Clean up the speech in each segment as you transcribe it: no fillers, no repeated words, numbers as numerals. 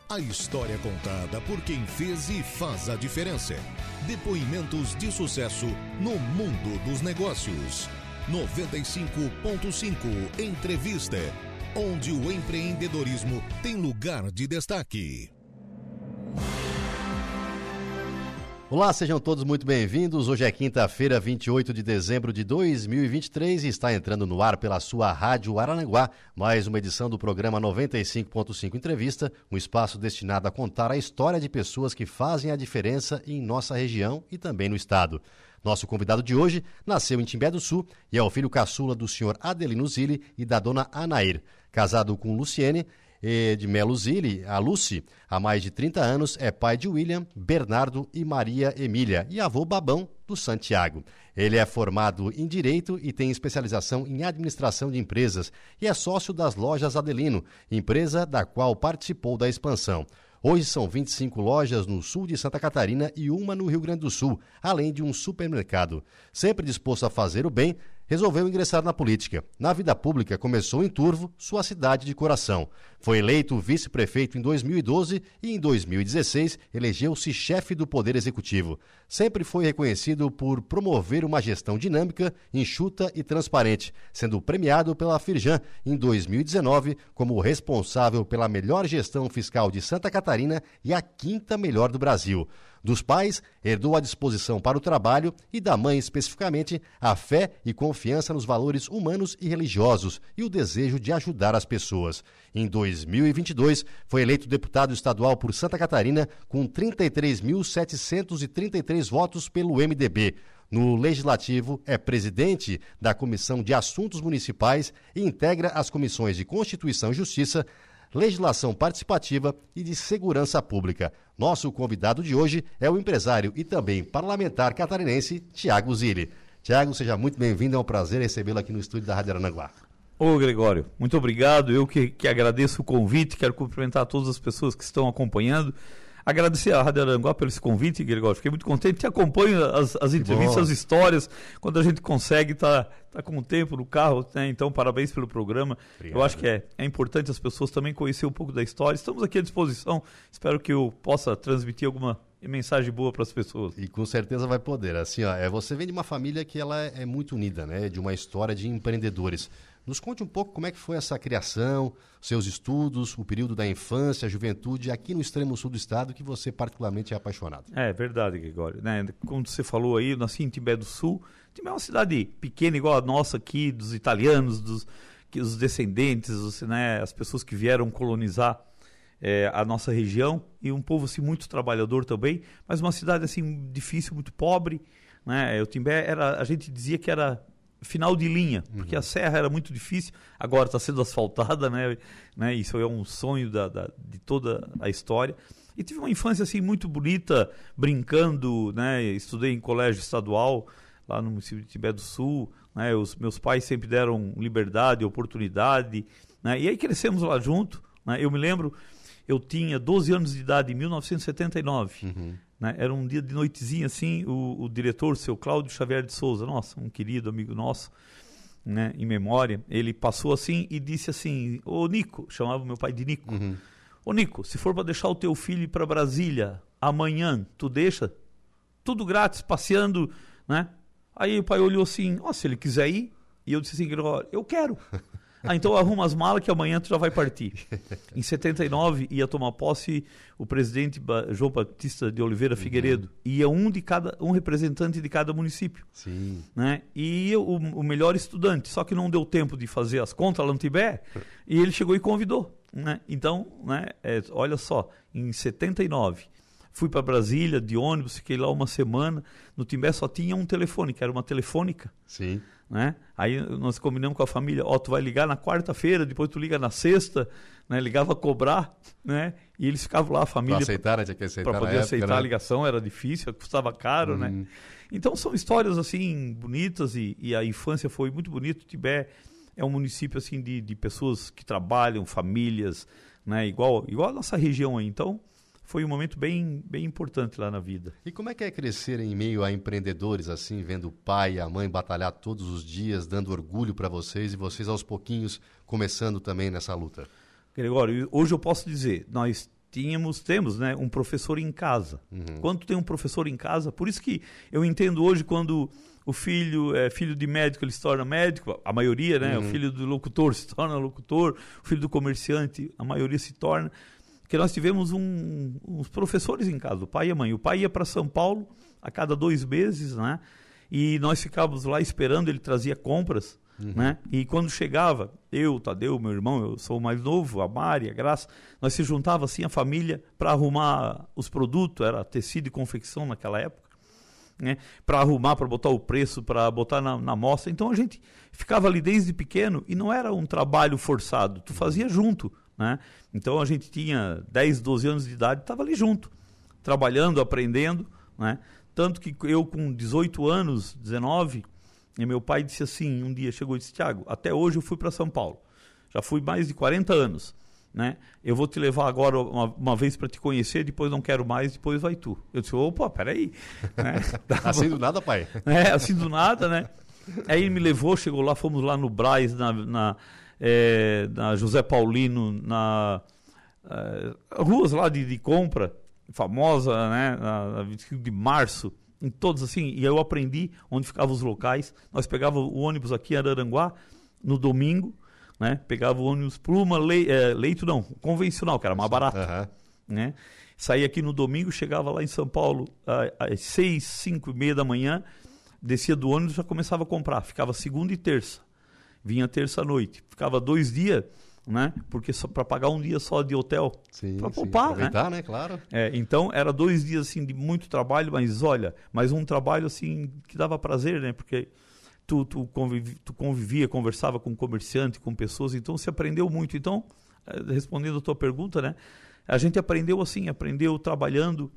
A história contada por quem fez e faz a diferença. Depoimentos de sucesso no mundo dos negócios. 95.5 Entrevista, onde o empreendedorismo tem lugar de destaque. Olá, sejam todos muito bem-vindos. Hoje é quinta-feira, 28 de dezembro de 2023 e está entrando no ar pela sua Rádio Araranguá mais uma edição do programa 95.5 Entrevista, um espaço destinado a contar a história de pessoas que fazem a diferença em nossa região e também no estado. Nosso convidado de hoje nasceu em Timbé do Sul e é o filho caçula do senhor Adelino Zilli e da dona Anair. Casado com Luciene de Melo Zilli, a Lucy, há mais de 30 anos, é pai de William, Bernardo e Maria Emília e avô babão do Santiago. Ele é formado em Direito e tem especialização em Administração de Empresas e é sócio das Lojas Adelino, empresa da qual participou da expansão. Hoje são 25 lojas no sul de Santa Catarina e uma no Rio Grande do Sul, além de um supermercado. Sempre disposto a fazer o bem, resolveu ingressar na política. Na vida pública, começou em Turvo, sua cidade de coração. Foi eleito vice-prefeito em 2012 e em 2016 elegeu-se chefe do Poder Executivo. Sempre foi reconhecido por promover uma gestão dinâmica, enxuta e transparente, sendo premiado pela Firjan em 2019 como responsável pela melhor gestão fiscal de Santa Catarina e a quinta melhor do Brasil. Dos pais, herdou a disposição para o trabalho e da mãe, especificamente, a fé e confiança nos valores humanos e religiosos e o desejo de ajudar as pessoas. Em 2022, foi eleito deputado estadual por Santa Catarina com 33.733 votos pelo MDB. No Legislativo, é presidente da Comissão de Assuntos Municipais e integra as comissões de Constituição e Justiça, Legislação Participativa e de Segurança Pública. Nosso convidado de hoje é o empresário e também parlamentar catarinense Tiago Zilli. Tiago, seja muito bem-vindo, é um prazer recebê-lo aqui no estúdio da Rádio Araranguá. Ô Gregório, muito obrigado, eu que agradeço o convite, quero cumprimentar todas as pessoas que estão acompanhando. Agradecer à Rádio Araranguá pelo esse convite, Gregório. Fiquei muito contente. Te acompanho as entrevistas, as histórias, quando a gente consegue tá com o tempo no carro, né? Então, parabéns pelo programa. Obrigado. Eu acho que é importante as pessoas também conhecer um pouco da história. Estamos aqui à disposição. Espero que eu possa transmitir alguma mensagem boa para as pessoas. E com certeza vai poder. Assim, você vem de uma família que ela é muito unida, né? De uma história de empreendedores. Nos conte um pouco como é que foi essa criação, seus estudos, o período da infância, a juventude, aqui no extremo sul do estado, que você particularmente é apaixonado. É verdade, Gregório. Né? Como você falou aí, eu nasci em Timbé do Sul. Timbé é uma cidade pequena, igual a nossa aqui, dos italianos, dos descendentes, né? As pessoas que vieram colonizar a nossa região. E um povo assim, muito trabalhador também, mas uma cidade assim, difícil, muito pobre. Né? O Timbé, a gente dizia que era final de linha, porque a serra era muito difícil, agora está sendo asfaltada, né? Isso é um sonho de toda a história. E tive uma infância assim muito bonita, brincando, né? Estudei em colégio estadual, lá no município de Timbé do Sul, né? Os meus pais sempre deram liberdade, oportunidade, né? E aí crescemos lá junto, né? Eu me lembro, eu tinha 12 anos de idade em 1979, né? Era um dia de noitezinha assim, o diretor, o seu Cláudio Xavier de Souza, nossa, um querido amigo nosso, né, em memória, ele passou assim e disse assim: ô Nico, chamava meu pai de Nico, ô Nico, se for para deixar o teu filho ir para Brasília amanhã, tu deixa? Tudo grátis, passeando, né? Aí o pai olhou assim: ó, se ele quiser ir, e eu disse assim: eu quero. Então arruma as malas que amanhã tu já vai partir. Em 79 ia tomar posse o presidente João Batista de Oliveira Figueiredo. Ia um representante de cada município. Sim. Né? E o melhor estudante. Só que não deu tempo de fazer as contas lá no Timbé. E ele chegou e convidou. Né? Então, né, olha só, em 79... fui para Brasília de ônibus, fiquei lá uma semana. No Timbé só tinha um telefone, que era uma telefônica. Sim. Né? Aí nós combinamos com a família: tu vai ligar na quarta-feira, depois tu liga na sexta, né? Ligava a cobrar, né? E eles ficavam lá, a família, para poder aceitar a ligação, era difícil, custava caro, né? Então são histórias assim bonitas e a infância foi muito bonita. O Timbé é um município assim de pessoas que trabalham, famílias, né? Igual a nossa região aí. Então foi um momento bem importante lá na vida. E como é que é crescer em meio a empreendedores, assim, vendo o pai e a mãe batalhar todos os dias, dando orgulho para vocês e vocês aos pouquinhos começando também nessa luta? Gregório, hoje eu posso dizer, nós temos, né, um professor em casa. Quando tem um professor em casa, por isso que eu entendo hoje quando o filho é filho de médico, ele se torna médico, a maioria, né, o filho do locutor se torna locutor, o filho do comerciante, a maioria se torna, porque nós tivemos uns professores em casa, o pai e a mãe. O pai ia para São Paulo a cada 2 meses, né, e nós ficávamos lá esperando, ele trazia compras, né? E quando chegava, eu, o Tadeu, meu irmão, eu sou o mais novo, a Mari, a Graça, nós se juntava assim a família para arrumar os produtos, era tecido e confecção naquela época, né? Para arrumar, para botar o preço, para botar na mostra. Então a gente ficava ali desde pequeno e não era um trabalho forçado, tu fazia junto, né? Então a gente tinha 10, 12 anos de idade, estava ali junto, trabalhando, aprendendo, né? Tanto que eu com 18 anos, 19, e meu pai disse assim, um dia chegou e disse, Tiago, até hoje eu fui para São Paulo, já fui mais de 40 anos, né? Eu vou te levar agora uma vez para te conhecer, depois não quero mais, depois vai tu. Eu disse, opa, peraí. Né? Assim do nada, pai? Assim do nada, né? Aí ele me levou, chegou lá, fomos lá no Brás, na José Paulino, ruas lá de compra, famosa, né? Na 25 de março, em todos assim, e eu aprendi onde ficavam os locais. Nós pegávamos o ônibus aqui em Araranguá no domingo, né? Pegava o ônibus Pluma, leito não, convencional, que era mais barato, né? Saía aqui no domingo, chegava lá em São Paulo às 6, 5 e meia da manhã, descia do ônibus, já começava a comprar, ficava segunda e terça, vinha terça à noite, ficava 2 dias, né? Porque só para pagar um dia só de hotel, para poupar, aproveitar, né? Claro. Então era 2 dias assim de muito trabalho, mas um trabalho assim que dava prazer, né? Porque tu convivia, conversava com comerciante, com pessoas, então se aprendeu muito. Então, respondendo a tua pergunta, né? A gente aprendeu assim, aprendeu trabalhando,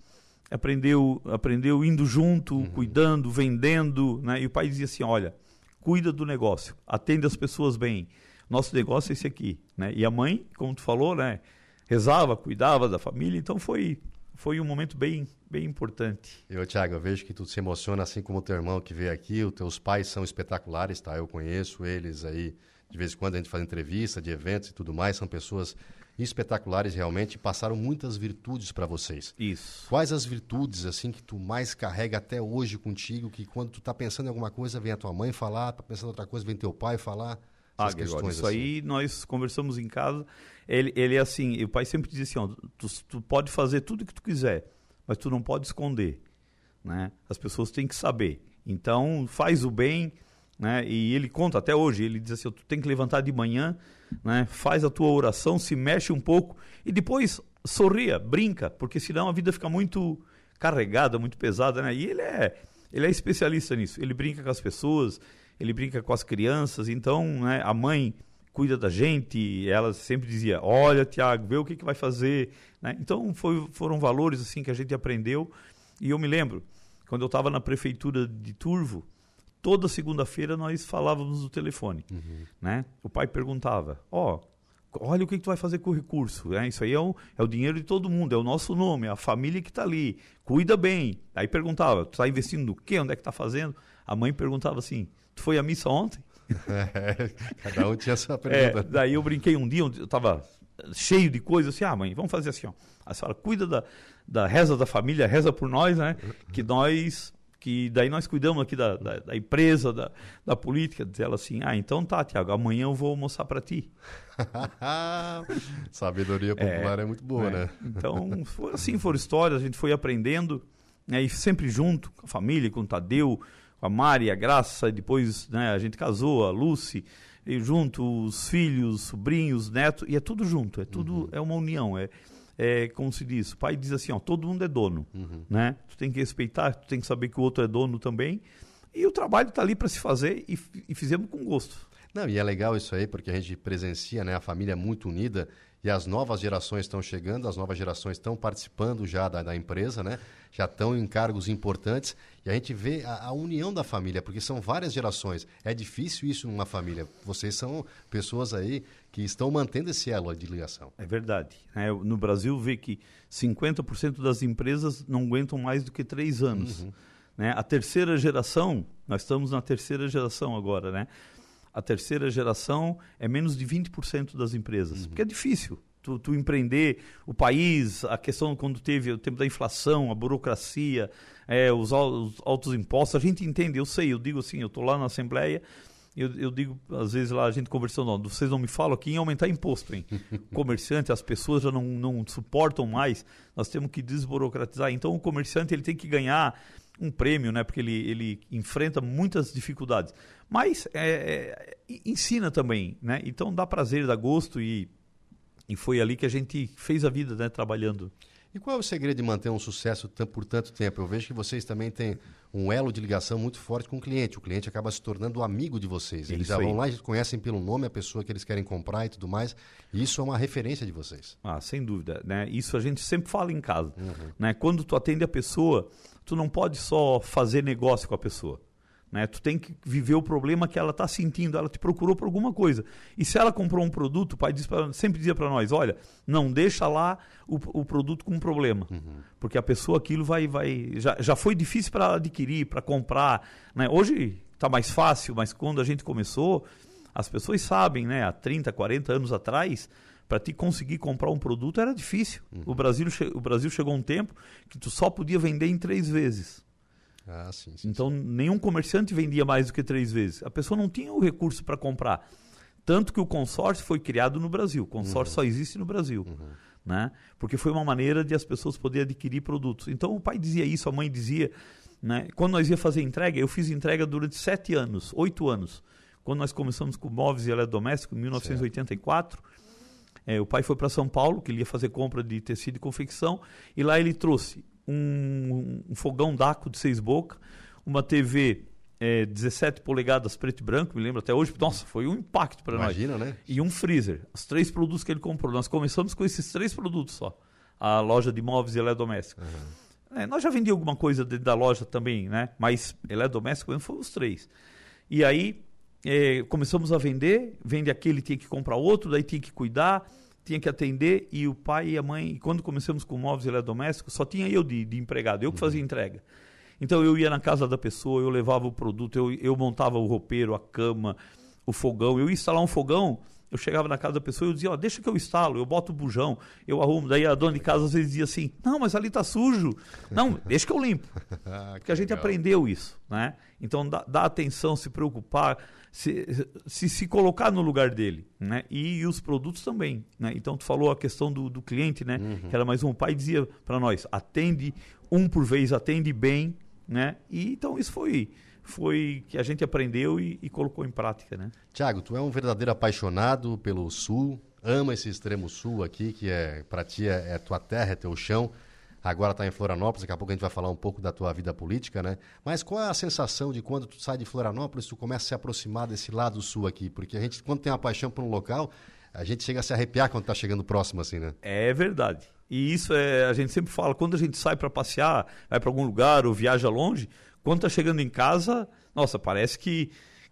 aprendeu indo junto, cuidando, vendendo, né? E o pai dizia assim, olha, cuida do negócio, atende as pessoas bem. Nosso negócio é esse aqui, né? E a mãe, como tu falou, né? Rezava, cuidava da família, então foi um momento bem importante. Tiago, eu vejo que tu se emociona assim como o teu irmão que veio aqui, os teus pais são espetaculares, tá? Eu conheço eles aí, de vez em quando a gente faz entrevista de eventos e tudo mais, são pessoas espetaculares realmente, passaram muitas virtudes para vocês. Isso. Quais as virtudes assim que tu mais carrega até hoje contigo, que quando tu tá pensando em alguma coisa, vem a tua mãe falar, tá pensando em outra coisa, vem teu pai falar? Gregório, isso assim. Aí nós conversamos em casa, ele é assim, o pai sempre diz assim, ó, tu pode fazer tudo o que tu quiser, mas tu não pode esconder, né? As pessoas têm que saber, então faz o bem, né? E ele conta até hoje, ele diz assim, ó, tu tem que levantar de manhã, né? Faz a tua oração, se mexe um pouco e depois sorria, brinca, porque senão a vida fica muito carregada, muito pesada, né? E ele é especialista nisso, ele brinca com as pessoas, ele brinca com as crianças, então, né, a mãe cuida da gente, ela sempre dizia, olha, Tiago, vê o que vai fazer, né? Então foram valores assim que a gente aprendeu, e eu me lembro, quando eu estava na prefeitura de Turvo, toda segunda-feira nós falávamos no telefone, né? O pai perguntava, olha o que tu vai fazer com o recurso, né? Isso aí é o dinheiro de todo mundo, é o nosso nome, é a família que está ali, cuida bem. Aí perguntava, tu está investindo no quê? Onde é que está fazendo? A mãe perguntava assim, tu foi à missa ontem? Cada um tinha sua pergunta. Daí eu brinquei um dia, eu estava cheio de coisas, assim, mãe, vamos fazer assim, ó. A senhora cuida da reza da família, reza por nós, né? Que daí nós cuidamos aqui da empresa, da política. Diz ela assim, então tá, Tiago, amanhã eu vou almoçar para ti. Sabedoria popular é muito boa, né? Então, foram histórias, a gente foi aprendendo, né? E sempre junto, com a família, com o Tadeu, com a Mari, a Graça, e depois, né, a gente casou, a Lucy, e junto os filhos, sobrinhos, netos, e é tudo junto, é uma união, como se diz, o pai diz assim, todo mundo é dono, né? Tu tem que respeitar, tu tem que saber que o outro é dono também, e o trabalho está ali para se fazer, e fizemos com gosto. Não, e é legal isso aí, porque a gente presencia, né, a família muito unida, e as novas gerações estão chegando, as novas gerações estão participando já da empresa, né? Já estão em cargos importantes, e a gente vê a união da família, porque são várias gerações. É difícil isso numa família. Vocês são pessoas aí que estão mantendo esse elo de ligação. É verdade. No Brasil, vê que 50% das empresas não aguentam mais do que 3 anos. Né? A terceira geração, nós estamos na terceira geração agora, né? A terceira geração é menos de 20% das empresas, porque é difícil, tu empreender, o país, a questão quando teve o tempo da inflação, a burocracia, os altos impostos, a gente entende, eu sei, eu digo assim, eu estou lá na Assembleia, eu digo, às vezes lá a gente conversando, vocês não me falam aqui em aumentar imposto, hein? O comerciante, as pessoas já não suportam mais, nós temos que desburocratizar, então o comerciante ele tem que ganhar um prêmio, né? Porque ele enfrenta muitas dificuldades, mas ensina também, né? Então dá prazer, dá gosto e foi ali que a gente fez a vida, né? Trabalhando. E qual é o segredo de manter um sucesso por tanto tempo? Eu vejo que vocês também têm um elo de ligação muito forte com o cliente acaba se tornando um amigo de vocês, eles já vão lá e conhecem pelo nome a pessoa que eles querem comprar e tudo mais, e isso é uma referência de vocês. Sem dúvida, né? Isso a gente sempre fala em casa, né? Quando tu atende a pessoa, tu não pode só fazer negócio com a pessoa, né? Tu tem que viver o problema que ela está sentindo, ela te procurou por alguma coisa. E se ela comprou um produto, o pai sempre dizia para nós, olha, não deixa lá o produto com um problema, porque a pessoa aquilo já foi difícil para ela adquirir, para comprar, né? Hoje está mais fácil, mas quando a gente começou, as pessoas sabem, né? Há 30, 40 anos atrás, para te conseguir comprar um produto era difícil. O Brasil chegou a um tempo que tu só podia vender em 3 vezes. Sim. Então, nenhum comerciante vendia mais do que 3 vezes. A pessoa não tinha o recurso para comprar. Tanto que o consórcio foi criado no Brasil. O consórcio só existe no Brasil. Né? Porque foi uma maneira de as pessoas poderem adquirir produtos. Então, o pai dizia isso, a mãe dizia. Né? Quando nós ia fazer entrega, eu fiz entrega durante 7 anos, 8 anos. Quando nós começamos com móveis e eletrodomésticos, em 1984, o pai foi para São Paulo, que ele ia fazer compra de tecido e confecção, e lá ele trouxe um fogão Daco de 6 bocas, uma TV 17 polegadas preto e branco, me lembro até hoje, nossa, foi um impacto para nós. Imagina, né? E um freezer, os 3 produtos que ele comprou. Nós começamos com esses 3 produtos só, a loja de móveis e eletrodomésticos. Nós já vendíamos alguma coisa dentro da loja também, né? Mas eletrodoméstico mesmo foram os 3. E aí começamos a vende aquele, tinha que comprar outro, daí tinha que cuidar, tinha que atender, e o pai e a mãe, quando começamos com móveis e eletrodomésticos, só tinha eu de empregado, eu que fazia entrega. Então eu ia na casa da pessoa, eu levava o produto, eu montava o roupeiro, a cama, o fogão, eu ia instalar um fogão, eu chegava na casa da pessoa e eu dizia, deixa que eu instalo, eu boto o bujão, eu arrumo. Daí a dona de casa às vezes dizia assim, não, mas ali está sujo. Não, deixa que eu limpo. Porque a gente aprendeu isso, né? Então dá atenção, se preocupar, se colocar no lugar dele, né? E os produtos também, né? Então tu falou a questão do cliente, né? Que era mais um. O pai dizia para nós, atende um por vez, atende bem, né? E então isso foi que a gente aprendeu e colocou em prática, né? Tiago, tu é um verdadeiro apaixonado pelo Sul, ama esse extremo Sul aqui, que para ti é tua terra, é teu chão. Agora está em Florianópolis, daqui a pouco a gente vai falar um pouco da tua vida política, né? Mas qual é a sensação de quando tu sai de Florianópolis, tu começa a se aproximar desse lado Sul aqui? Porque a gente, quando tem uma paixão por um local, a gente chega a se arrepiar quando está chegando próximo, assim, né? É verdade. E isso a gente sempre fala, quando a gente sai para passear, vai para algum lugar ou viaja longe, quando está chegando em casa, nossa, parece que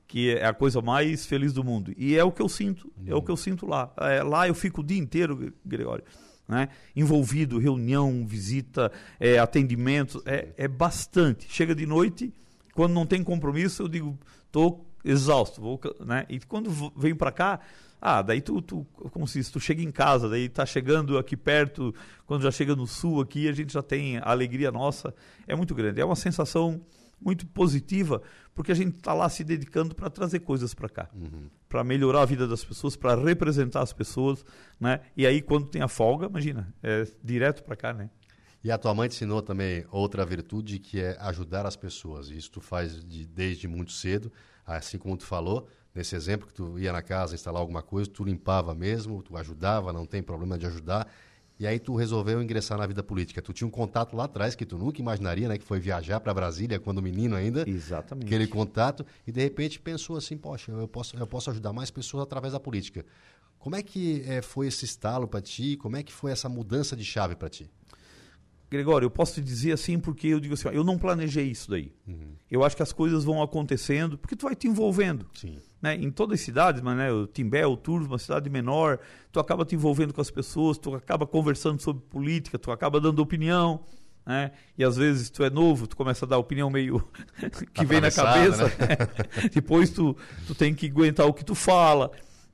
é a coisa mais feliz do mundo. E é o que eu sinto, é o que eu sinto lá. Lá eu fico o dia inteiro, Gregório, né? Envolvido, reunião, visita, atendimento, é bastante. Chega de noite, quando não tem compromisso, eu digo, estou exausto, né? E quando venho para cá, daí como se tu chega em casa, daí tá chegando aqui perto, quando já chega no sul aqui, a gente já tem a alegria nossa, é muito grande, é uma sensação muito positiva, porque a gente está lá se dedicando para trazer coisas para cá, para melhorar a vida das pessoas, para representar as pessoas, né? E aí quando tem a folga, imagina, é direto para cá, né? E a tua mãe te ensinou também outra virtude, que é ajudar as pessoas. Isso tu faz desde muito cedo, assim como tu falou, nesse exemplo que tu ia na casa instalar alguma coisa, tu limpava mesmo, tu ajudava, não tem problema de ajudar. E aí tu resolveu ingressar na vida política. Tu tinha um contato lá atrás que tu nunca imaginaria, né? Que foi viajar para Brasília quando menino ainda. Exatamente. Aquele contato. E de repente pensou assim, poxa, eu posso ajudar mais pessoas através da política. Como é que foi esse estalo para ti? Como é que foi essa mudança de chave para ti? Gregório, eu posso te dizer assim porque eu digo assim, eu não planejei isso daí. Eu acho que as coisas vão acontecendo porque tu vai te envolvendo. Sim. Né? Em todas as cidades, mas, né, o Timbé, o Tours, uma cidade menor, tu acaba te envolvendo com as pessoas, tu acaba conversando sobre política, tu acaba dando opinião, né? E às vezes tu é novo, tu começa a dar opinião meio que vem na cabeça, né? Depois tu tem que aguentar o que tu fala.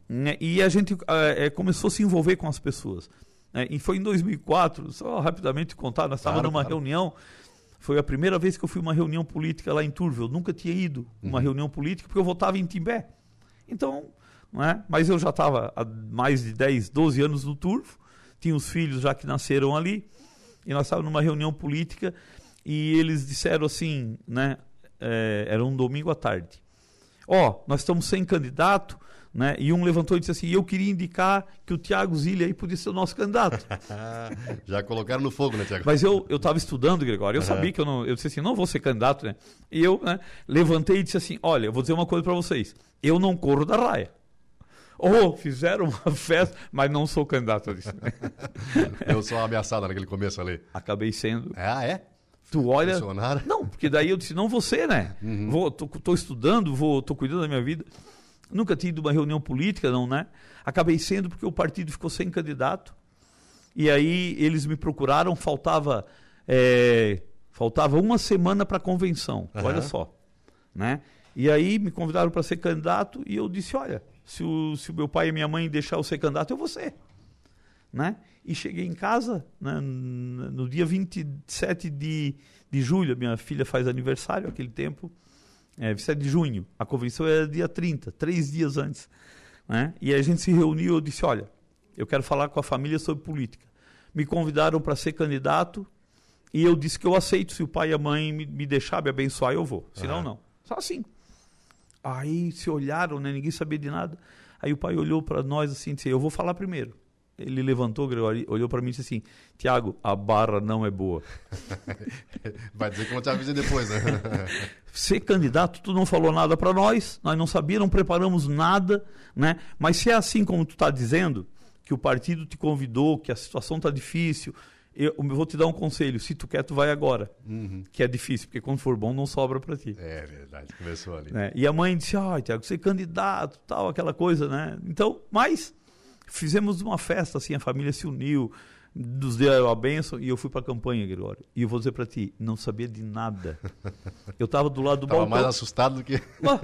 né? E a gente começou a se envolver com as pessoas. Né? E foi em 2004, só rapidamente contar, nós estávamos numa reunião, foi a primeira vez que eu fui a uma reunião política lá em Turvo. Eu nunca tinha ido a uma reunião política porque eu votava em Timbé. Então, né? Mas eu já estava há mais de 10, 12 anos no Turvo, tinha os filhos já que nasceram ali, e nós estávamos numa reunião política e eles disseram assim, né? Era um domingo à tarde. Nós estamos sem candidato, né? E um levantou e disse assim, eu queria indicar que o Thiago Zilli aí podia ser o nosso candidato. Já colocaram no fogo, né, Thiago? Mas eu estava estudando, Gregório, eu sabia que eu disse assim, não vou ser candidato, né? E eu, né, levantei e disse assim, olha, eu vou dizer uma coisa para vocês, eu não corro da raia. Fizeram uma festa, mas não sou candidato, eu disse. Eu sou ameaçado naquele começo ali. Acabei sendo. É? Tu olha... Funcionário? Não, porque daí eu disse, não você, né? Tô estudando, tô cuidando da minha vida. Nunca tinha ido uma reunião política, não, né? Acabei sendo porque o partido ficou sem candidato. E aí eles me procuraram, faltava uma semana para a convenção. Olha só, né? E aí me convidaram para ser candidato e eu disse, olha, se o meu pai e minha mãe deixar eu ser candidato, eu vou ser. Né? E cheguei em casa, né, no dia 27 de julho, minha filha faz aniversário, aquele tempo, 27 de junho, a convenção era dia 30, 3 dias antes. Né? E a gente se reuniu e eu disse, olha, eu quero falar com a família sobre política. Me convidaram para ser candidato e eu disse que eu aceito, se o pai e a mãe me deixar, me abençoar, eu vou, senão não. Só assim. Aí se olharam, né, ninguém sabia de nada. Aí o pai olhou para nós assim e disse, eu vou falar primeiro. Ele levantou, Gregório, olhou para mim e disse assim, Thiago, a barra não é boa. Vai dizer que não te avisei depois, né? Ser candidato, tu não falou nada para nós não sabíamos, não preparamos nada, né? Mas se é assim como tu está dizendo, que o partido te convidou, que a situação está difícil, eu vou te dar um conselho, se tu quer, tu vai agora. Que é difícil, porque quando for bom, não sobra para ti. É verdade, começou ali. Né? E a mãe disse, Thiago, ser candidato, tal, aquela coisa, né? Então, mas... Fizemos uma festa, assim, a família se uniu, nos deu a bênção e eu fui para a campanha, Gregório. E eu vou dizer para ti, não sabia de nada. Eu estava do lado do balcão. Estava mais assustado do que...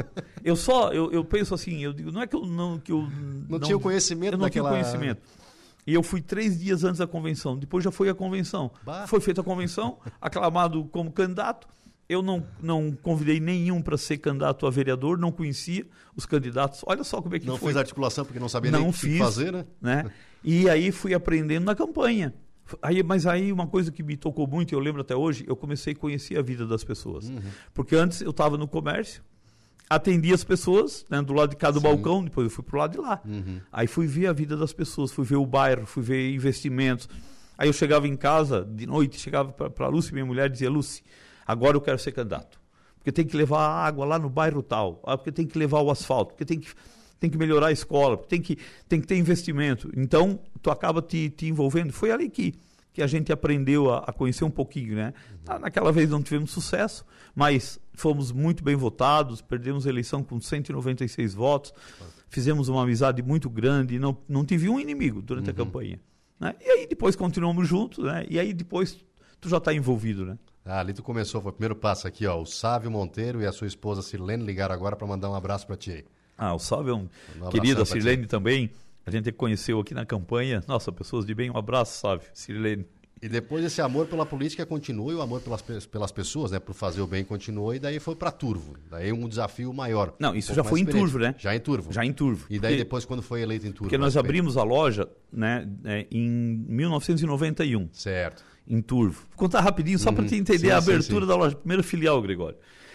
Eu penso assim, eu digo, não é que eu não... tinha o conhecimento daquela... Eu não tinha conhecimento. E eu fui 3 dias antes da convenção, depois já foi a convenção. Foi feita a convenção, aclamado como candidato. Eu não convidei nenhum para ser candidato a vereador, não conhecia os candidatos. Olha só como é que foi. Não fez articulação porque não sabia nem o que fazer, né? E aí fui aprendendo na campanha. Mas aí uma coisa que me tocou muito, eu lembro até hoje, eu comecei a conhecer a vida das pessoas. Porque antes eu estava no comércio, atendia as pessoas, né, do lado de cá do balcão, depois eu fui para o lado de lá. Aí fui ver a vida das pessoas, fui ver o bairro, fui ver investimentos. Aí eu chegava em casa, de noite, chegava para a Lúcia, minha mulher, e dizia, Lúcia, agora eu quero ser candidato, porque tem que levar a água lá no bairro tal, porque tem que levar o asfalto, porque tem que melhorar a escola, porque tem que ter investimento. Então, tu acaba te envolvendo. Foi ali que a gente aprendeu a conhecer um pouquinho, né? Naquela vez não tivemos sucesso, mas fomos muito bem votados, perdemos a eleição com 196 votos, fizemos uma amizade muito grande, não tive um inimigo durante a campanha. Né? E aí depois continuamos juntos, né? E aí depois tu já está envolvido, né? Ali tu começou, foi o primeiro passo aqui, ó. O Sávio Monteiro e a sua esposa Sirlene ligaram agora para mandar um abraço para ti aí. O Sávio é um querido, a Sirlene também. A gente conheceu aqui na campanha. Nossa, pessoas de bem, um abraço, Sávio, Sirlene. E depois esse amor pela política continua e o amor pelas pessoas, né? Por fazer o bem continuou e daí foi para Turvo. Daí um desafio maior. Não, isso já foi em Turvo, né? Já em Turvo. Já em Turvo. E daí depois quando foi eleito em Turvo? Porque nós abrimos a loja, né, em 1991. Certo. Em Turvo. Vou contar rapidinho, só para te entender a abertura da loja. Primeira filial, Gregório.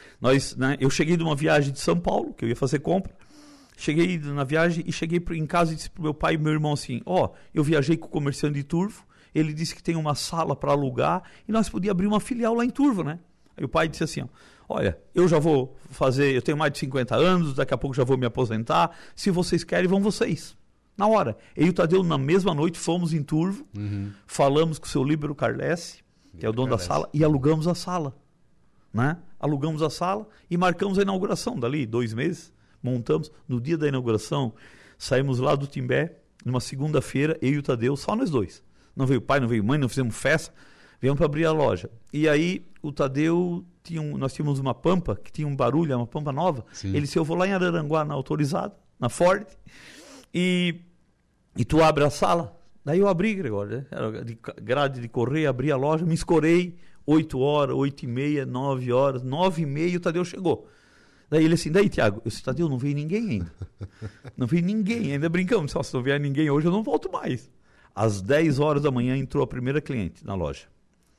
Eu cheguei de uma viagem de São Paulo, que eu ia fazer compra. Cheguei na viagem e cheguei em casa e disse para o meu pai e meu irmão assim, eu viajei com o comerciante de Turvo, ele disse que tem uma sala para alugar e nós podíamos abrir uma filial lá em Turvo, né? Aí o pai disse assim, olha, eu já vou fazer, eu tenho mais de 50 anos, daqui a pouco já vou me aposentar, se vocês querem, vão vocês. Na hora. Eu e o Tadeu, na mesma noite, fomos em Turvo, falamos com o seu Líbero Carlesse, que é o dono da sala, e alugamos a sala. Né? Alugamos a sala e marcamos a inauguração dali, 2 meses, montamos. No dia da inauguração, saímos lá do Timbé, numa segunda-feira, eu e o Tadeu, só nós dois. Não veio pai, não veio mãe, não fizemos festa, viemos para abrir a loja. E aí, o Tadeu, nós tínhamos uma Pampa, que tinha um barulho, uma Pampa nova. Sim. Ele disse, eu vou lá em Araranguá, na autorizada, na Ford, E tu abre a sala. Daí eu abri, Gregório, né? Era de grade de correio, abri a loja, me escorei, 8 horas, 8h30, 9 horas, 9h30 o Tadeu chegou. Daí ele assim, daí Tiago, eu disse, Tadeu, não veio ninguém ainda. Não veio ninguém, ainda brincamos, se não vier ninguém hoje eu não volto mais. Às 10 horas da manhã entrou a primeira cliente na loja.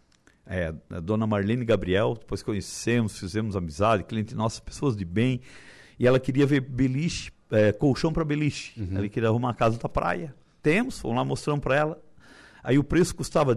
A dona Marlene Gabriel, depois conhecemos, fizemos amizade, cliente nossa, pessoas de bem. E ela queria ver beliche, colchão para beliche. Ela queria arrumar a casa da praia. Temos, fomos lá mostrando para ela. Aí o preço custava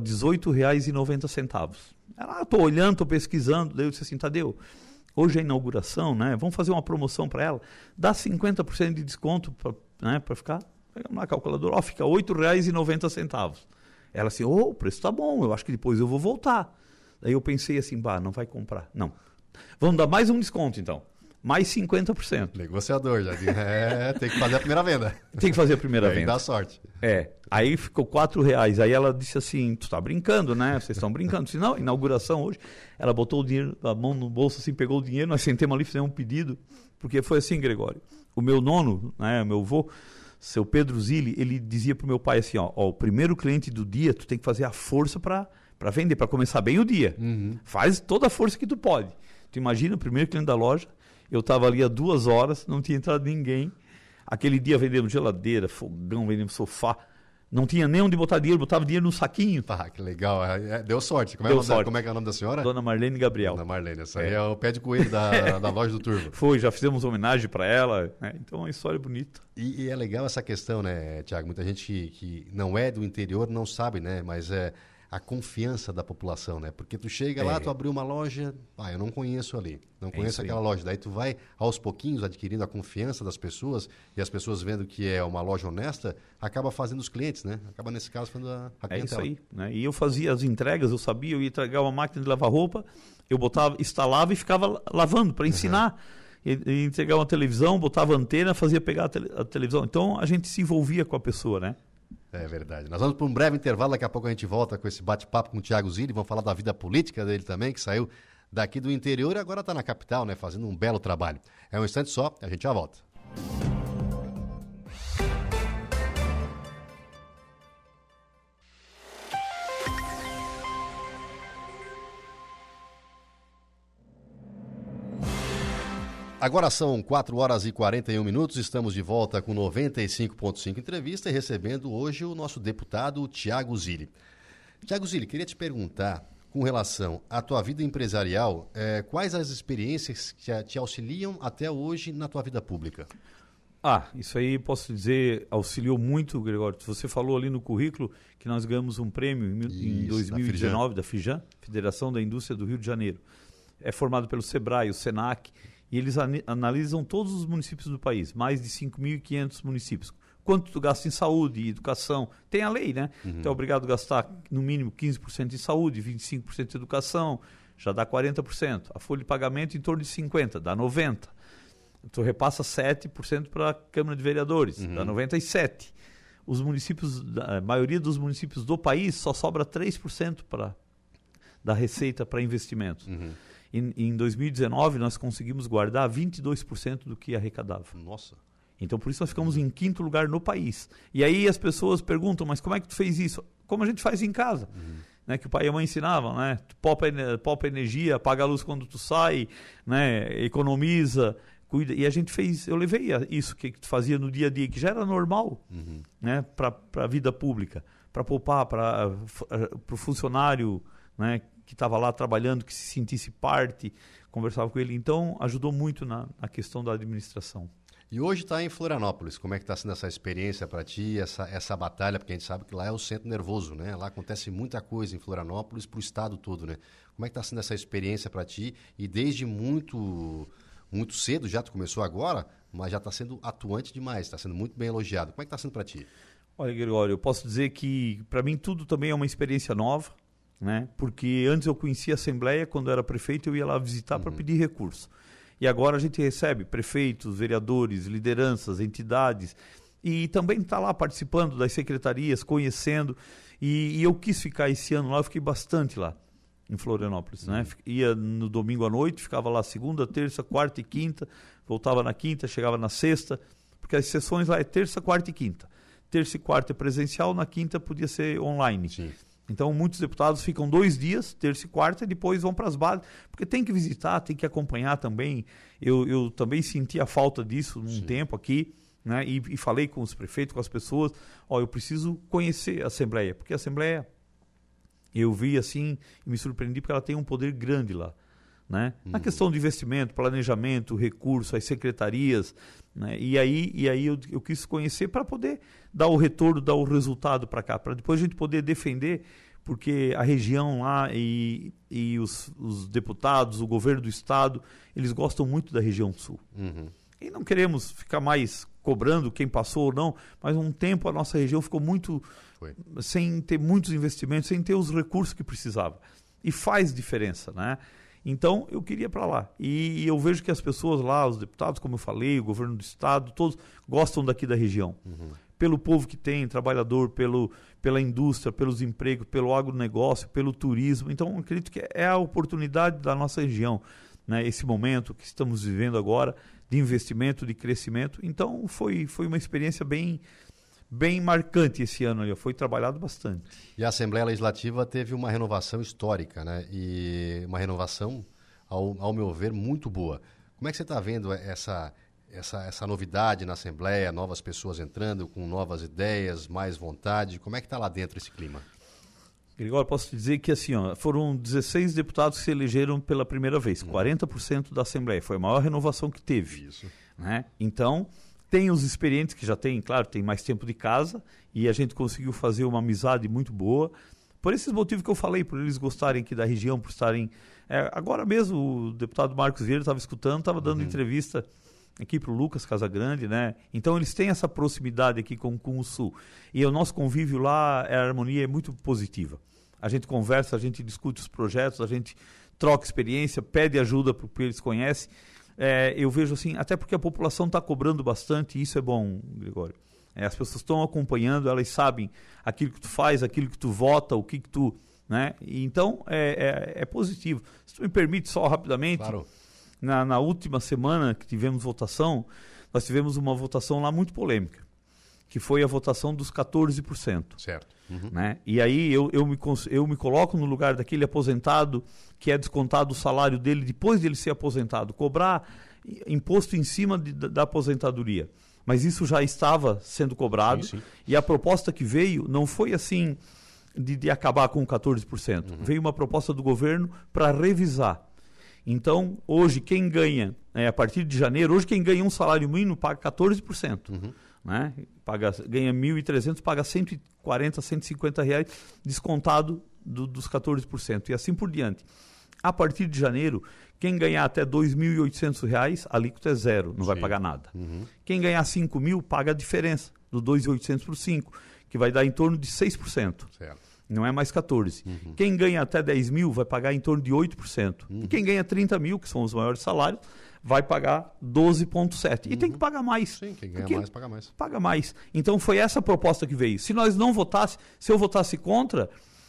R$18,90. Ela, estou olhando, estou pesquisando. Daí eu disse assim, Tadeu, hoje é a inauguração, né? Vamos fazer uma promoção para ela. Dá 50% de desconto para ficar. Pegamos na calculadora, fica R$8,90. Ela assim, o preço está bom, eu acho que depois eu vou voltar. Daí eu pensei assim, não vai comprar. Não. Vamos dar mais um desconto então. Mais 50%. Negociador, já tem que fazer a primeira venda. Tem que fazer a primeira venda. Dá sorte. Aí ficou R$4. Aí ela disse assim, tu tá brincando, né? Vocês estão brincando. Eu disse, não, inauguração hoje. Ela botou o dinheiro, a mão no bolso assim, pegou o dinheiro, nós sentemos ali, fizemos um pedido. Porque foi assim, Gregório. O meu nono, né, meu avô, seu Pedro Zilli, ele dizia pro meu pai assim, o primeiro cliente do dia, tu tem que fazer a força para vender, para começar bem o dia. Faz toda a força que tu pode. Tu imagina, o primeiro cliente da loja, eu estava ali há 2 horas, não tinha entrado ninguém. Aquele dia vendemos geladeira, fogão, vendemos sofá. Não tinha nem onde botar dinheiro, botava dinheiro num saquinho. Que legal. Deu sorte. Como é que é o nome da senhora? Dona Marlene Gabriel. Dona Marlene, essa aí é o pé de coelho da loja do Turvo. Foi, já fizemos homenagem para ela. Então é uma história bonita. E é legal essa questão, né, Tiago? Muita gente que não é do interior não sabe, né? Mas a confiança da população, né? Porque tu chega lá, tu abriu uma loja, eu não conheço ali, não conheço aquela loja. Daí tu vai aos pouquinhos adquirindo a confiança das pessoas e as pessoas vendo que é uma loja honesta, acaba fazendo os clientes, né? Acaba nesse caso fazendo a clientela. É isso aí, né? E eu fazia as entregas, eu sabia, eu ia entregar uma máquina de lavar roupa, eu instalava e ficava lavando para ensinar. E entregava uma televisão, botava antena, fazia pegar a televisão. Então a gente se envolvia com a pessoa, né? É verdade. Nós vamos para um breve intervalo, daqui a pouco a gente volta com esse bate-papo com o Tiago Zilli, vamos falar da vida política dele também, que saiu daqui do interior e agora está na capital, né, fazendo um belo trabalho. É um instante só, a gente já volta. Agora são 4 horas e 41 minutos, estamos de volta com 95.5 Entrevista e recebendo hoje o nosso deputado Tiago Zilli. Tiago Zilli, queria te perguntar, com relação à tua vida empresarial, quais as experiências que te auxiliam até hoje na tua vida pública? Isso aí posso dizer, auxiliou muito, Gregório. Você falou ali no currículo que nós ganhamos um prêmio em 2019 da FIJAN, Federação da Indústria do Rio de Janeiro. É formado pelo SEBRAE, o SENAC, e eles analisam todos os municípios do país, mais de 5.500 municípios. Quanto tu gasta em saúde e educação? Tem a lei, né? Tu é obrigado a gastar no mínimo 15% em saúde, 25% em educação, já dá 40%. A folha de pagamento em torno de 50%, dá 90%. Tu repassa 7% para a Câmara de Vereadores, dá 97%. Os municípios, a maioria dos municípios do país só sobra 3% da receita para investimentos. Em 2019, nós conseguimos guardar 22% do que arrecadava. Nossa! Então, por isso, nós ficamos em 5º lugar no país. E aí as pessoas perguntam, mas como é que tu fez isso? Como a gente faz em casa. Né? Que o pai e a mãe ensinavam, né? Tu poupa energia, apaga a luz quando tu sai, né? Economiza, cuida. E a gente fez, eu levei isso que tu fazia no dia a dia, que já era normal, né? Para a vida pública. Para poupar, para o funcionário, né? Que estava lá trabalhando, que se sentisse parte, conversava com ele. Então, ajudou muito na questão da administração. E hoje está em Florianópolis. Como é que está sendo essa experiência para ti, essa batalha? Porque a gente sabe que lá é o centro nervoso, né? Lá acontece muita coisa em Florianópolis para o estado todo, né? Como é que está sendo essa experiência para ti? E desde muito cedo, já tu começou agora, mas já está sendo atuante demais, está sendo muito bem elogiado. Como é que está sendo para ti? Olha, Gregório, eu posso dizer que para mim tudo também é uma experiência nova, né? Porque antes eu conhecia a Assembleia, quando eu era prefeito eu ia lá visitar para pedir recurso. E agora a gente recebe prefeitos, vereadores, lideranças, entidades, e também está lá participando das secretarias, conhecendo. E eu quis ficar esse ano lá, eu fiquei bastante lá em Florianópolis. Né? Ia no domingo à noite, ficava lá segunda, terça, quarta e quinta, voltava na quinta, chegava na sexta, porque as sessões lá é terça, quarta e quinta. Terça e quarta é presencial, na quinta podia ser online. Sim. Então, muitos deputados ficam 2 dias, terça e quarta, e depois vão para as bases, porque tem que visitar, tem que acompanhar também. Eu também senti a falta disso num tempo aqui, né? E falei com os prefeitos, com as pessoas, eu preciso conhecer a Assembleia, porque a Assembleia, eu vi assim, e me surpreendi, porque ela tem um poder grande lá. Né? Na questão de investimento, planejamento, recurso, as secretarias, né? E aí eu quis conhecer para poder dar o retorno, dar o resultado para cá, para depois a gente poder defender, porque a região lá e os deputados, o governo do estado, eles gostam muito da região sul. E não queremos ficar mais cobrando quem passou ou não, mas um tempo a nossa região ficou muito sem ter muitos investimentos, sem ter os recursos que precisava. E faz diferença, né? Então, eu queria ir para lá. E eu vejo que as pessoas lá, os deputados, como eu falei, o governo do estado, todos gostam daqui da região. Pelo povo que tem, trabalhador, pela indústria, pelos empregos, pelo agronegócio, pelo turismo. Então, eu acredito que é a oportunidade da nossa região, né? Esse momento que estamos vivendo agora, de investimento, de crescimento. Então, foi uma experiência bem marcante esse ano ali, foi trabalhado bastante. E a Assembleia Legislativa teve uma renovação histórica, né? E uma renovação, ao meu ver, muito boa. Como é que você está vendo essa novidade na Assembleia, novas pessoas entrando com novas ideias, mais vontade? Como é que está lá dentro esse clima? Gregório, posso te dizer que assim, foram 16 deputados que se elegeram pela primeira vez, 40% da Assembleia, foi a maior renovação que teve. Isso. Né? Então, tem os experientes que já tem, claro, tem mais tempo de casa e a gente conseguiu fazer uma amizade muito boa. Por esses motivos que eu falei, por eles gostarem aqui da região, por estarem... agora mesmo o deputado Marcos Vieira estava escutando, estava dando entrevista aqui para o Lucas Casagrande, né? Então eles têm essa proximidade aqui com o Sul. E o nosso convívio lá, a harmonia é muito positiva. A gente conversa, a gente discute os projetos, a gente troca experiência, pede ajuda para o que eles conhecem. Eu vejo assim, até porque a população está cobrando bastante, e isso é bom, Gregório. As pessoas estão acompanhando, elas sabem aquilo que tu faz, aquilo que tu vota, o que tu... Né? E então, é positivo. Se tu me permite só rapidamente, claro. Na última semana que tivemos votação, nós tivemos uma votação lá muito polêmica, que foi a votação dos 14%. Certo. Né? E aí eu me coloco no lugar daquele aposentado que é descontado o salário dele depois de ele ser aposentado, cobrar imposto em cima da aposentadoria. Mas isso já estava sendo cobrado, sim. E a proposta que veio não foi assim de acabar com 14%. Veio uma proposta do governo para revisar. Então, hoje, quem ganha, a partir de janeiro, hoje quem ganha um salário mínimo paga 14%. Né? Ganha 1.300, paga 140, 150 reais descontado dos 14%. E assim por diante. A partir de janeiro, quem ganhar até 2.800 reais, a alíquota é zero, não vai pagar nada. Quem ganhar 5.000, paga a diferença do 2.800 por 5, que vai dar em torno de 6%. Certo. Não é mais 14%. Quem ganha até 10.000 vai pagar em torno de 8%. E quem ganha 30.000, que são os maiores salários, vai pagar 12,7%. E tem que pagar mais. Sim, quem ganha mais, paga mais. Paga mais. Então foi essa a proposta que veio. Se nós não votássemos, se eu votasse contra,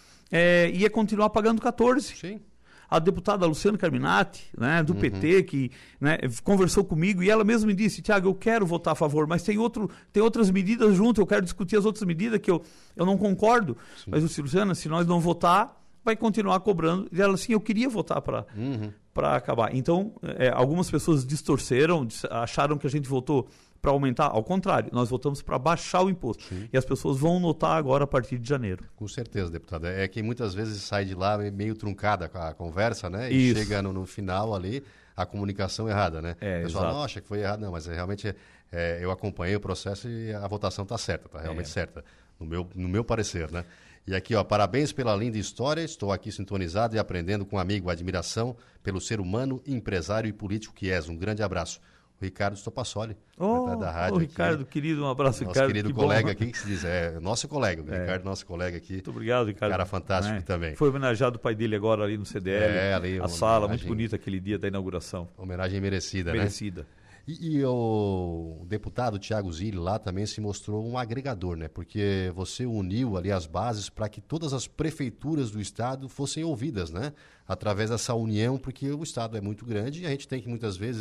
ia continuar pagando 14%. Sim. A deputada Luciana Carminati, né, do PT, que, né, conversou comigo e ela mesma me disse, Tiago, eu quero votar a favor, mas tem outras medidas junto, eu quero discutir as outras medidas que eu não concordo. Sim. Mas eu disse, Luciana, se nós não votar, vai continuar cobrando. E ela, assim, eu queria votar para acabar. Então, algumas pessoas distorceram, acharam que a gente votou para aumentar. Ao contrário, nós votamos para baixar o imposto. Sim. E as pessoas vão notar agora a partir de janeiro. Com certeza, deputado. É que muitas vezes sai de lá meio truncada a conversa, né? E chega no final ali a comunicação errada, né? O pessoal, não, acha que foi errado. Não, mas realmente eu acompanhei o processo e a votação está certa, está realmente certa, no meu parecer, né? E aqui, parabéns pela linda história. Estou aqui sintonizado e aprendendo com um amigo, admiração pelo ser humano, empresário e político que és. Um grande abraço. Ricardo Stopassoli, da rádio. Ricardo, querido, um abraço, nosso Ricardo. Nosso querido colega aqui, que se diz, nosso colega, Ricardo, nosso colega aqui. Muito obrigado, Ricardo. Cara fantástico também. Foi homenageado o pai dele agora ali no CDL, ali, a sala, muito bonita aquele dia da inauguração. Homenagem merecida, Merecida. Né? E o deputado Tiago Zilli lá também se mostrou um agregador, né? Porque você uniu ali as bases para que todas as prefeituras do estado fossem ouvidas, né? Através dessa união, porque o estado é muito grande e a gente tem que muitas vezes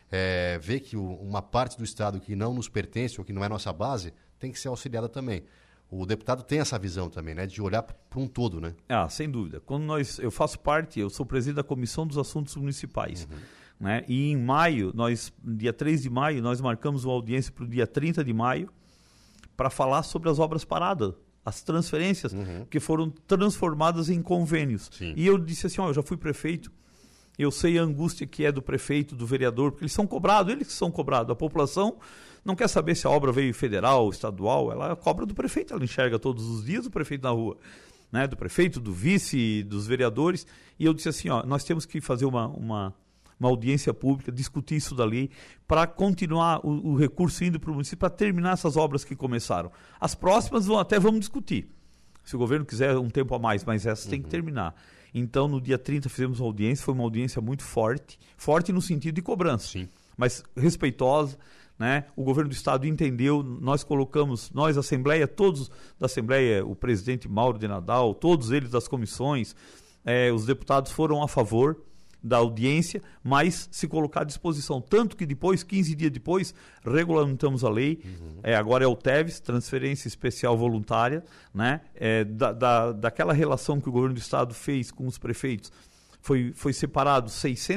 vê que uma parte do Estado que não nos pertence ou que não é nossa base tem que ser auxiliada também. O deputado tem essa visão também, né? De olhar para um todo, né? Sem dúvida. Eu faço parte, eu sou presidente da Comissão dos Assuntos Municipais. Né? E em maio, dia 3 de maio, nós marcamos uma audiência para o dia 30 de maio para falar sobre as obras paradas, as transferências que foram transformadas em convênios. Sim. E eu disse assim, eu já fui prefeito, eu sei a angústia que é do prefeito, do vereador, porque eles são cobrados. A população não quer saber se a obra veio federal, estadual, ela cobra do prefeito, ela enxerga todos os dias o prefeito na rua, né? Do prefeito, do vice, dos vereadores. E eu disse assim, nós temos que fazer uma audiência pública, discutir isso dali, para continuar o recurso indo para o município, para terminar essas obras que começaram. As próximas vamos discutir, se o governo quiser um tempo a mais, mas essas tem que terminar. Então, no dia 30 fizemos uma audiência, foi uma audiência muito forte no sentido de cobrança, Sim. mas respeitosa, né? O governo do estado entendeu, nós Assembleia, todos da Assembleia, o presidente Mauro de Nadal, todos eles das comissões, os deputados foram a favor da audiência, mas se colocar à disposição. Tanto que depois, 15 dias depois, regulamentamos a lei. Agora é o TEVS, Transferência Especial Voluntária, né? Daquela relação que o governo do estado fez com os prefeitos, foi separado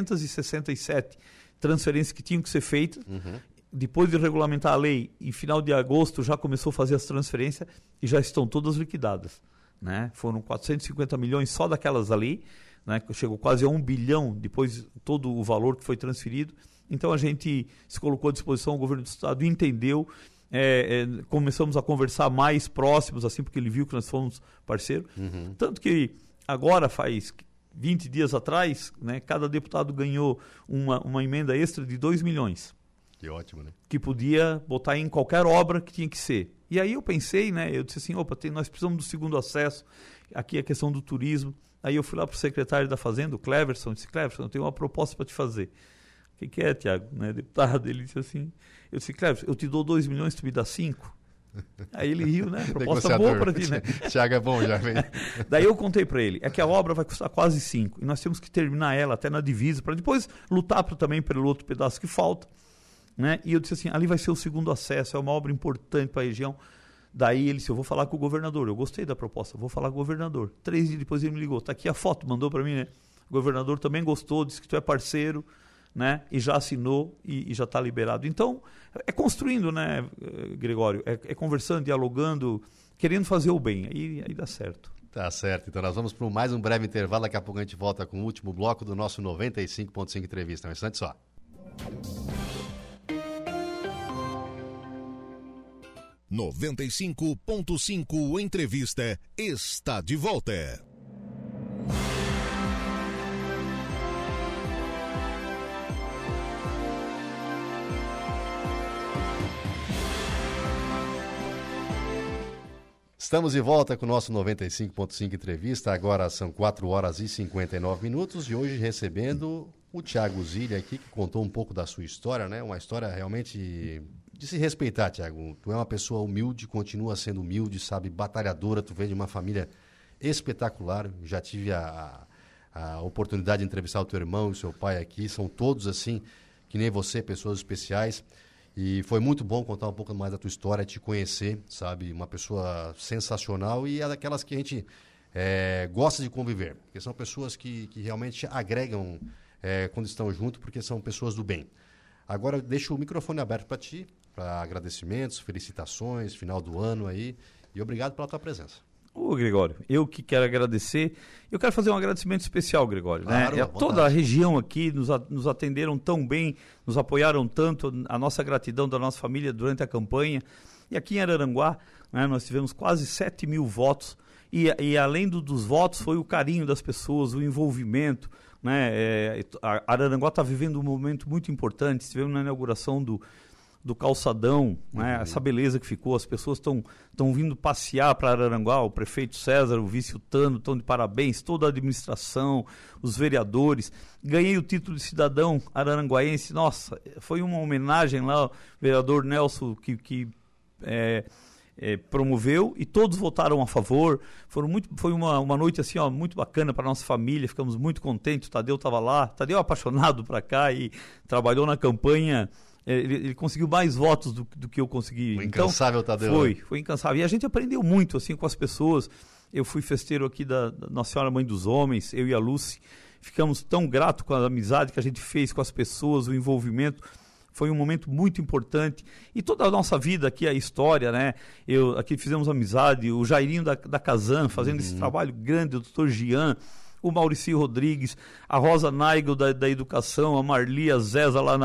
667 transferências que tinham que ser feitas. Depois de regulamentar a lei, em final de agosto já começou a fazer as transferências e já estão todas liquidadas, né? Foram 450 milhões só daquelas ali, né, que chegou quase a 1 bilhão depois todo o valor que foi transferido. Então a gente se colocou à disposição, o governo do estado entendeu, começamos a conversar mais próximos, assim, porque ele viu que nós fomos parceiros. Tanto que agora faz 20 dias atrás, né, cada deputado ganhou uma emenda extra de 2 milhões. Que ótimo, né? Que podia botar em qualquer obra que tinha que ser. E aí eu pensei, né, eu disse assim, nós precisamos do segundo acesso, aqui a questão do turismo. Aí eu fui lá para o secretário da Fazenda, o Cleverson, disse, Cleverson, eu tenho uma proposta para te fazer. O que é, Tiago? Né, deputado, ele disse assim, eu disse, Cleverson, eu te dou 2 milhões, tu me dá 5? Aí ele riu, né? Proposta boa para ti, né? Tiago é bom, já vem. Daí eu contei para ele, que a obra vai custar quase 5, e nós temos que terminar ela até na divisa, para depois lutar também pelo outro pedaço que falta. Né? E eu disse assim, ali vai ser o segundo acesso, é uma obra importante para a região. Daí ele disse, eu vou falar com o governador, eu gostei da proposta, vou falar com o governador. 3 dias depois ele me ligou, tá aqui a foto, mandou para mim, né? O governador também gostou, disse que tu é parceiro, né? E já assinou e já está liberado. Então, é construindo, né, Gregório? É conversando, dialogando, querendo fazer o bem, aí dá certo. Tá certo, então nós vamos para mais um breve intervalo, daqui a pouco a gente volta com o último bloco do nosso 95.5 Entrevista. Um instante só. 95.5 Entrevista está de volta. Estamos de volta com o nosso 95.5 Entrevista. Agora são 4 horas e 59 minutos e hoje recebendo o Tiago Zilli aqui, que contou um pouco da sua história, né? Uma história realmente de se respeitar, Tiago. Tu é uma pessoa humilde, continua sendo humilde, sabe, batalhadora. Tu vem de uma família espetacular. Já tive a oportunidade de entrevistar o teu irmão e o seu pai aqui. São todos assim, que nem você, pessoas especiais. E foi muito bom contar um pouco mais da tua história, te conhecer, sabe? Uma pessoa sensacional e é daquelas que a gente gosta de conviver. Porque são pessoas que realmente agregam quando estão juntos, porque são pessoas do bem. Agora, deixo o microfone aberto para ti, para agradecimentos, felicitações, final do ano aí. E obrigado pela tua presença. Ô, Gregório, eu que quero agradecer. Eu quero fazer um agradecimento especial, Gregório. Claro, né? Toda a região aqui nos atenderam tão bem, nos apoiaram tanto. A nossa gratidão da nossa família durante a campanha. E aqui em Araranguá, né, nós tivemos quase 7 mil votos. E além dos votos, foi o carinho das pessoas, o envolvimento. Né? Araranguá está vivendo um momento muito importante. Estivemos na inauguração do calçadão, né? Essa beleza que ficou, as pessoas estão vindo passear para Araranguá, o prefeito César, o vice Tano estão de parabéns, toda a administração, os vereadores. Ganhei o título de cidadão araranguaense, nossa, foi uma homenagem lá ao vereador Nelson, que promoveu e todos votaram a favor. Foi uma noite assim, ó, muito bacana para nossa família, ficamos muito contentes. O Tadeu estava lá, Tadeu é apaixonado para cá e trabalhou na campanha. Ele conseguiu mais votos do que eu consegui. Foi incansável, então, Tadeu. Foi incansável. E a gente aprendeu muito assim com as pessoas. Eu fui festeiro aqui da Nossa Senhora Mãe dos Homens, eu e a Lúcia. Ficamos tão gratos com a amizade que a gente fez com as pessoas, o envolvimento. Foi um momento muito importante. E toda a nossa vida aqui, a história, né? Aqui fizemos amizade, o Jairinho da Casan, fazendo esse trabalho grande, o Dr. Gian, o Mauricio Rodrigues, a Rosa Naigel da Educação, a Marli, a Zéza lá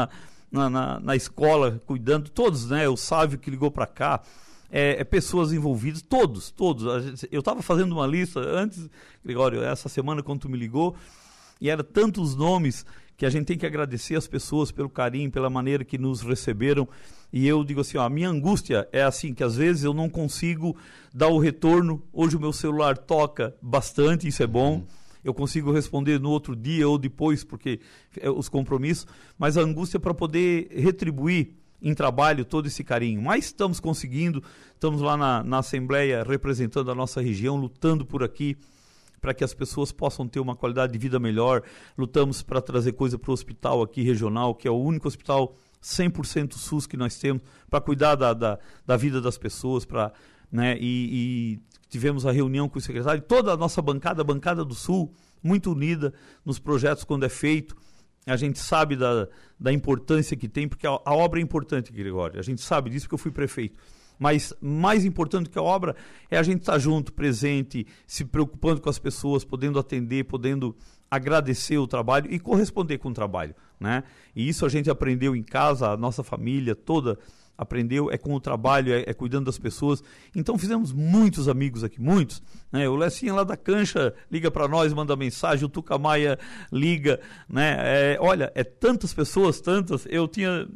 na escola, cuidando, todos, né? O Sávio que ligou para cá. Pessoas envolvidas, todos. Eu estava fazendo uma lista antes, Gregório, essa semana quando tu me ligou, e eram tantos nomes que a gente tem que agradecer as pessoas pelo carinho, pela maneira que nos receberam. E eu digo assim, ó, a minha angústia é assim, que às vezes eu não consigo dar o retorno. Hoje o meu celular toca bastante, isso é bom. Eu consigo responder no outro dia ou depois, porque os compromissos, mas a angústia é para poder retribuir em trabalho todo esse carinho. Mas estamos conseguindo, estamos lá na Assembleia representando a nossa região, lutando por aqui, para que as pessoas possam ter uma qualidade de vida melhor. Lutamos para trazer coisa para o hospital aqui regional, que é o único hospital 100% SUS que nós temos, para cuidar da vida das pessoas, né, e tivemos a reunião com o secretário, toda a nossa bancada, a bancada do Sul, muito unida nos projetos quando é feito. A gente sabe da importância que tem, porque a obra é importante, Gregório, a gente sabe disso porque eu fui prefeito. Mas mais importante que a obra é a gente estar junto, presente, se preocupando com as pessoas, podendo atender, podendo agradecer o trabalho e corresponder com o trabalho, né? E isso a gente aprendeu em casa, a nossa família toda aprendeu, com o trabalho, cuidando das pessoas. Então fizemos muitos amigos aqui, muitos, né? O Lecinha lá da Cancha liga para nós, manda mensagem, o Tuca Maia liga, né? Olha, tantas pessoas, tantas. Eu tinha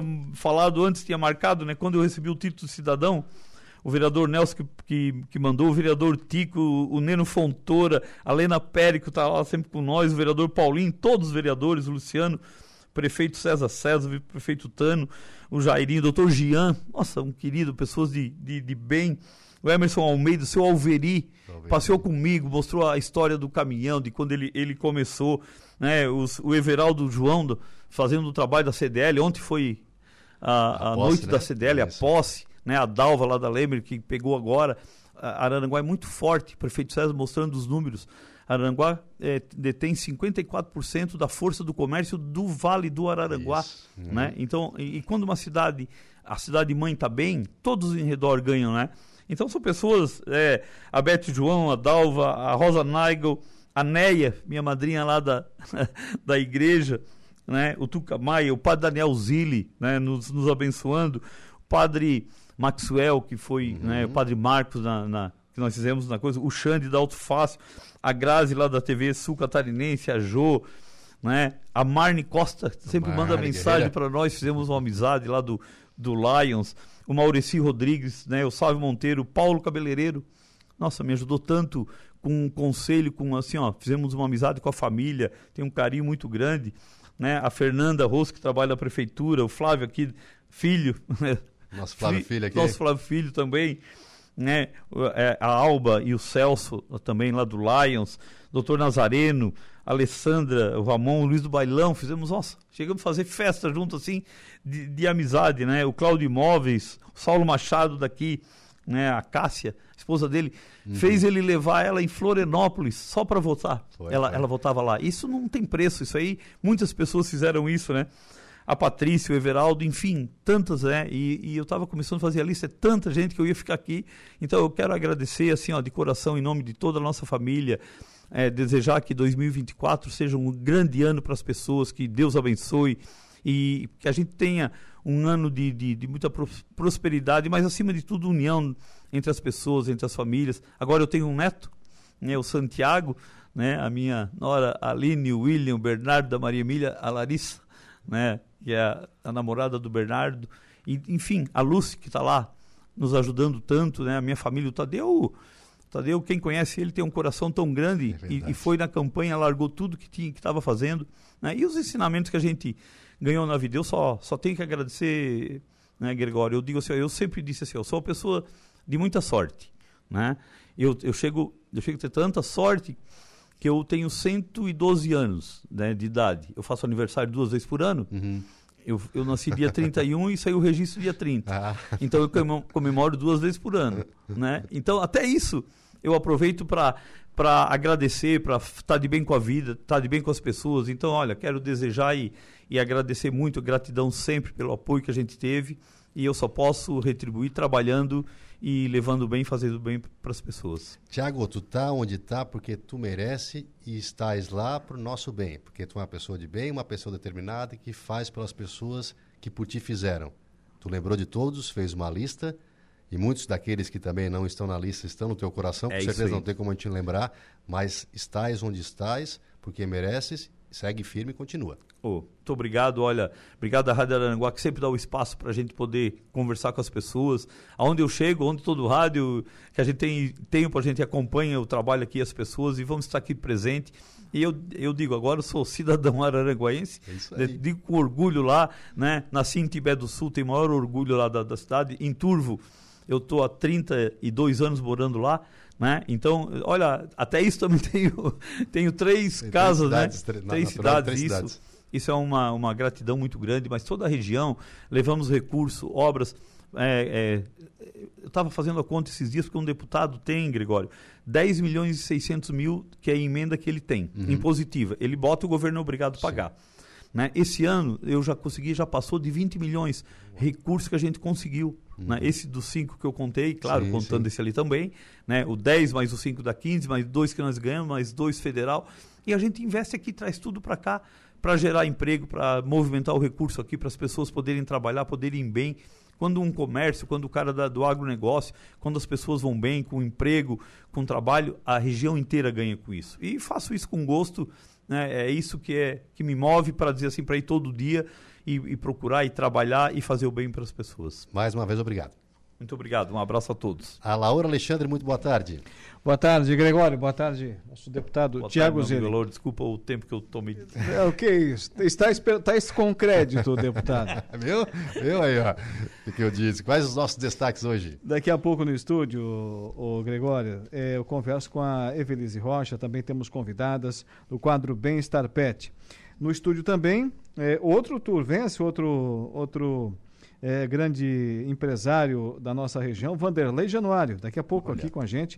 falado antes, tinha marcado, né? Quando eu recebi o título de cidadão, o vereador Nelson que mandou, o vereador Tico, o Neno Fontoura, a Lena Périco está lá sempre com nós, o vereador Paulinho, todos os vereadores, o Luciano, prefeito César, o prefeito Tano, o Jairinho, o doutor Gian, nossa, um querido, pessoas de bem, o Emerson Almeida, o seu Alveri, passeou comigo, mostrou a história do caminhão, de quando ele começou, né? O Everaldo João fazendo o trabalho da CDL, ontem foi a posse, noite, né, da CDL, isso. A posse, né? A Dalva lá da Lemer, que pegou agora. Araranguá é muito forte, o prefeito César mostrando os números. Araranguá detém 54% da força do comércio do Vale do Araranguá, né? Então, e quando a cidade mãe está bem, todos em redor ganham, né? Então são pessoas, a Beth João, a Dalva, a Rosa Naigel, a Neia, minha madrinha lá da igreja, né? O Tuca Maia, o padre Daniel Zilli, né? nos abençoando, o padre Maxwell, que foi, né? O padre Marcos, que nós fizemos na coisa, o Xande da Alto Fácil, a Grazi lá da TV Sul Catarinense, a Jô, né? A Marne Costa sempre manda mensagem para nós, fizemos uma amizade lá do Lions, o Mauricio Rodrigues, né? O Sávio Monteiro, o Paulo Cabeleireiro, nossa, me ajudou tanto com um conselho, assim, ó, fizemos uma amizade com a família, tem um carinho muito grande, né? A Fernanda Rosso, que trabalha na prefeitura, o Flávio aqui, filho, nosso Flávio Filho aqui. Nosso Flávio Filho também, né? A Alba e o Celso também lá do Lions, Dr. Nazareno, Alessandra, o Ramon, o Luiz do Bailão, chegamos a fazer festa junto assim, de amizade, né? O Cláudio Imóveis, o Saulo Machado daqui, né? A Cássia, esposa dele, fez ele levar ela em Florianópolis só para votar. Ela votava lá. Isso não tem preço, isso aí, muitas pessoas fizeram isso, né? A Patrícia, o Everaldo, enfim, tantas, né? E eu estava começando a fazer a lista, tanta gente que eu ia ficar aqui. Então eu quero agradecer, assim, ó, de coração, em nome de toda a nossa família, desejar que 2024 seja um grande ano para as pessoas, que Deus abençoe e que a gente tenha um ano de muita prosperidade, mas acima de tudo união entre as pessoas, entre as famílias. Agora eu tenho um neto, né, o Santiago, né, a minha nora Aline, o William, o Bernardo, da Maria Emília, a Larissa, né, que é a namorada do Bernardo, e, enfim, a Lúcia, que está lá nos ajudando tanto, né, a minha família, o Tadeu, quem conhece ele, tem um coração tão grande, e foi na campanha, largou tudo que estava fazendo, né, e os ensinamentos que a gente ganhou na vida, eu só tenho que agradecer, né, Gregório. Eu digo assim, eu sempre disse assim, eu sou uma pessoa de muita sorte, né? Eu chego a ter tanta sorte que eu tenho 112 anos, né, de idade. Eu faço aniversário 2 vezes por ano. Uhum. Eu nasci dia 31 e saiu o registro dia 30. Então eu comemoro 2 vezes por ano, né? Então até isso eu aproveito para agradecer, para estar de bem com a vida, estar de bem com as pessoas. Então, olha, quero desejar e agradecer muito, gratidão sempre pelo apoio que a gente teve. E eu só posso retribuir trabalhando e levando bem, fazendo bem para as pessoas. Tiago, tu tá onde tá porque tu merece e estás lá pro nosso bem. Porque tu é uma pessoa de bem, uma pessoa determinada que faz pelas pessoas que por ti fizeram. Tu lembrou de todos, fez uma lista e muitos daqueles que também não estão na lista estão no teu coração. Com certeza não tem como a gente lembrar, mas estás onde estás porque mereces, segue firme e continua. Muito obrigado, olha, obrigado à Rádio Araranguá, que sempre dá o espaço para a gente poder conversar com as pessoas, aonde eu chego, onde todo rádio, que a gente tem tempo, a gente acompanha o trabalho aqui, as pessoas, e vamos estar aqui presente. E eu digo, agora eu sou cidadão araranguaense, digo com orgulho lá, né? Nasci em Timbé do Sul, tenho maior orgulho lá da cidade. Em Turvo, eu estou há 32 anos morando lá, né? Então, olha, até isso também tenho 3 casas, cidades, né? 3 cidades. Isso é uma gratidão muito grande, mas toda a região, levamos recursos, obras. Eu estava fazendo a conta esses dias, porque um deputado tem, Gregório, 10 milhões e 600 mil, que é a emenda que ele tem, impositiva. Ele bota e o governo é obrigado a pagar. Né? Esse ano, eu já passou de 20 milhões recursos que a gente conseguiu. Né? Esse dos 5 que eu contei, claro, contando esse ali também, né? O 10 mais os 5 da 15, mais 2 que nós ganhamos, mais 2 federal. E a gente investe aqui, traz tudo para cá, para gerar emprego, para movimentar o recurso aqui, para as pessoas poderem trabalhar, poderem ir bem. Quando um comércio, quando o cara do agronegócio, quando as pessoas vão bem, com emprego, com trabalho, a região inteira ganha com isso. E faço isso com gosto, né? É isso que me move para dizer assim, para ir todo dia e procurar e trabalhar e fazer o bem para as pessoas. Mais uma vez, obrigado. Muito obrigado, um abraço a todos. A Laura Alexandre, muito boa tarde. Boa tarde, Gregório. Boa tarde, nosso deputado Tiago Zene. Desculpa o tempo que eu tomei. O que é isso? Está com crédito, deputado. Viu aí, ó. O que eu disse. Quais os nossos destaques hoje? Daqui a pouco no estúdio, o Gregório, eu converso com a Evelise Rocha, também temos convidadas do quadro Bem-Estar Pet. No estúdio também, outro turvense, outro grande empresário da nossa região, Vanderlei Januário, daqui a pouco aqui com a gente.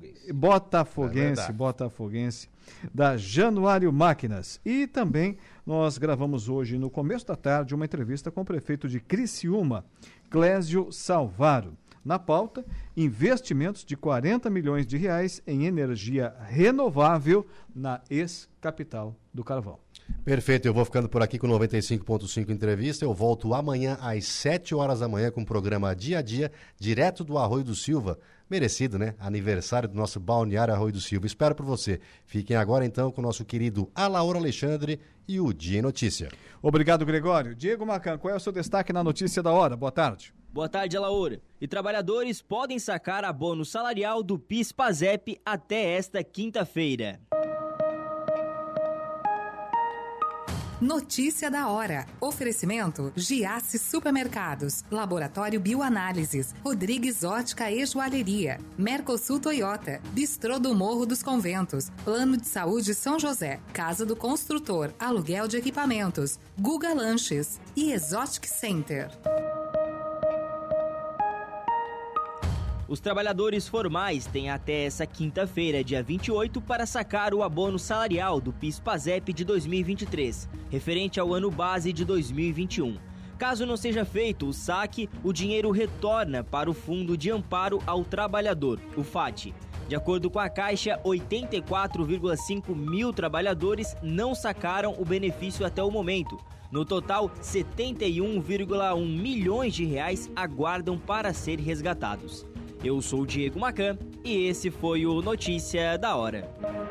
Botafoguense, da Januário Máquinas. E também nós gravamos hoje, no começo da tarde, uma entrevista com o prefeito de Criciúma, Clésio Salvaro. Na pauta, investimentos de 40 milhões de reais em energia renovável na ex-capital do carvão. Perfeito, eu vou ficando por aqui com 95.5 Entrevista. Eu volto amanhã às 7 horas da manhã com o programa Dia a Dia, direto do Arroio do Silva. Merecido, né? Aniversário do nosso balneário Arroio do Silva. Espero por você. Fiquem agora então com o nosso querido Alaor Alexandre e o Dia em Notícia. Obrigado, Gregório. Diego Macan, qual é o seu destaque na notícia da hora? Boa tarde. Boa tarde, Alaor. E trabalhadores podem sacar abono salarial do PIS/PASEP até esta quinta-feira. Notícia da hora. Oferecimento Giasse Supermercados, Laboratório Bioanálises, Rodrigues Ótica e Joalheria, Mercosul Toyota, Bistrô do Morro dos Conventos, Plano de Saúde São José, Casa do Construtor, Aluguel de Equipamentos, Guga Lanches e Exotic Center. Os trabalhadores formais têm até essa quinta-feira, dia 28, para sacar o abono salarial do PIS/PASEP de 2023, referente ao ano base de 2021. Caso não seja feito o saque, o dinheiro retorna para o Fundo de Amparo ao Trabalhador, o FAT. De acordo com a Caixa, 84,5 mil trabalhadores não sacaram o benefício até o momento. No total, 71,1 milhões de reais aguardam para ser resgatados. Eu sou o Diego Macan e esse foi o Notícia da Hora.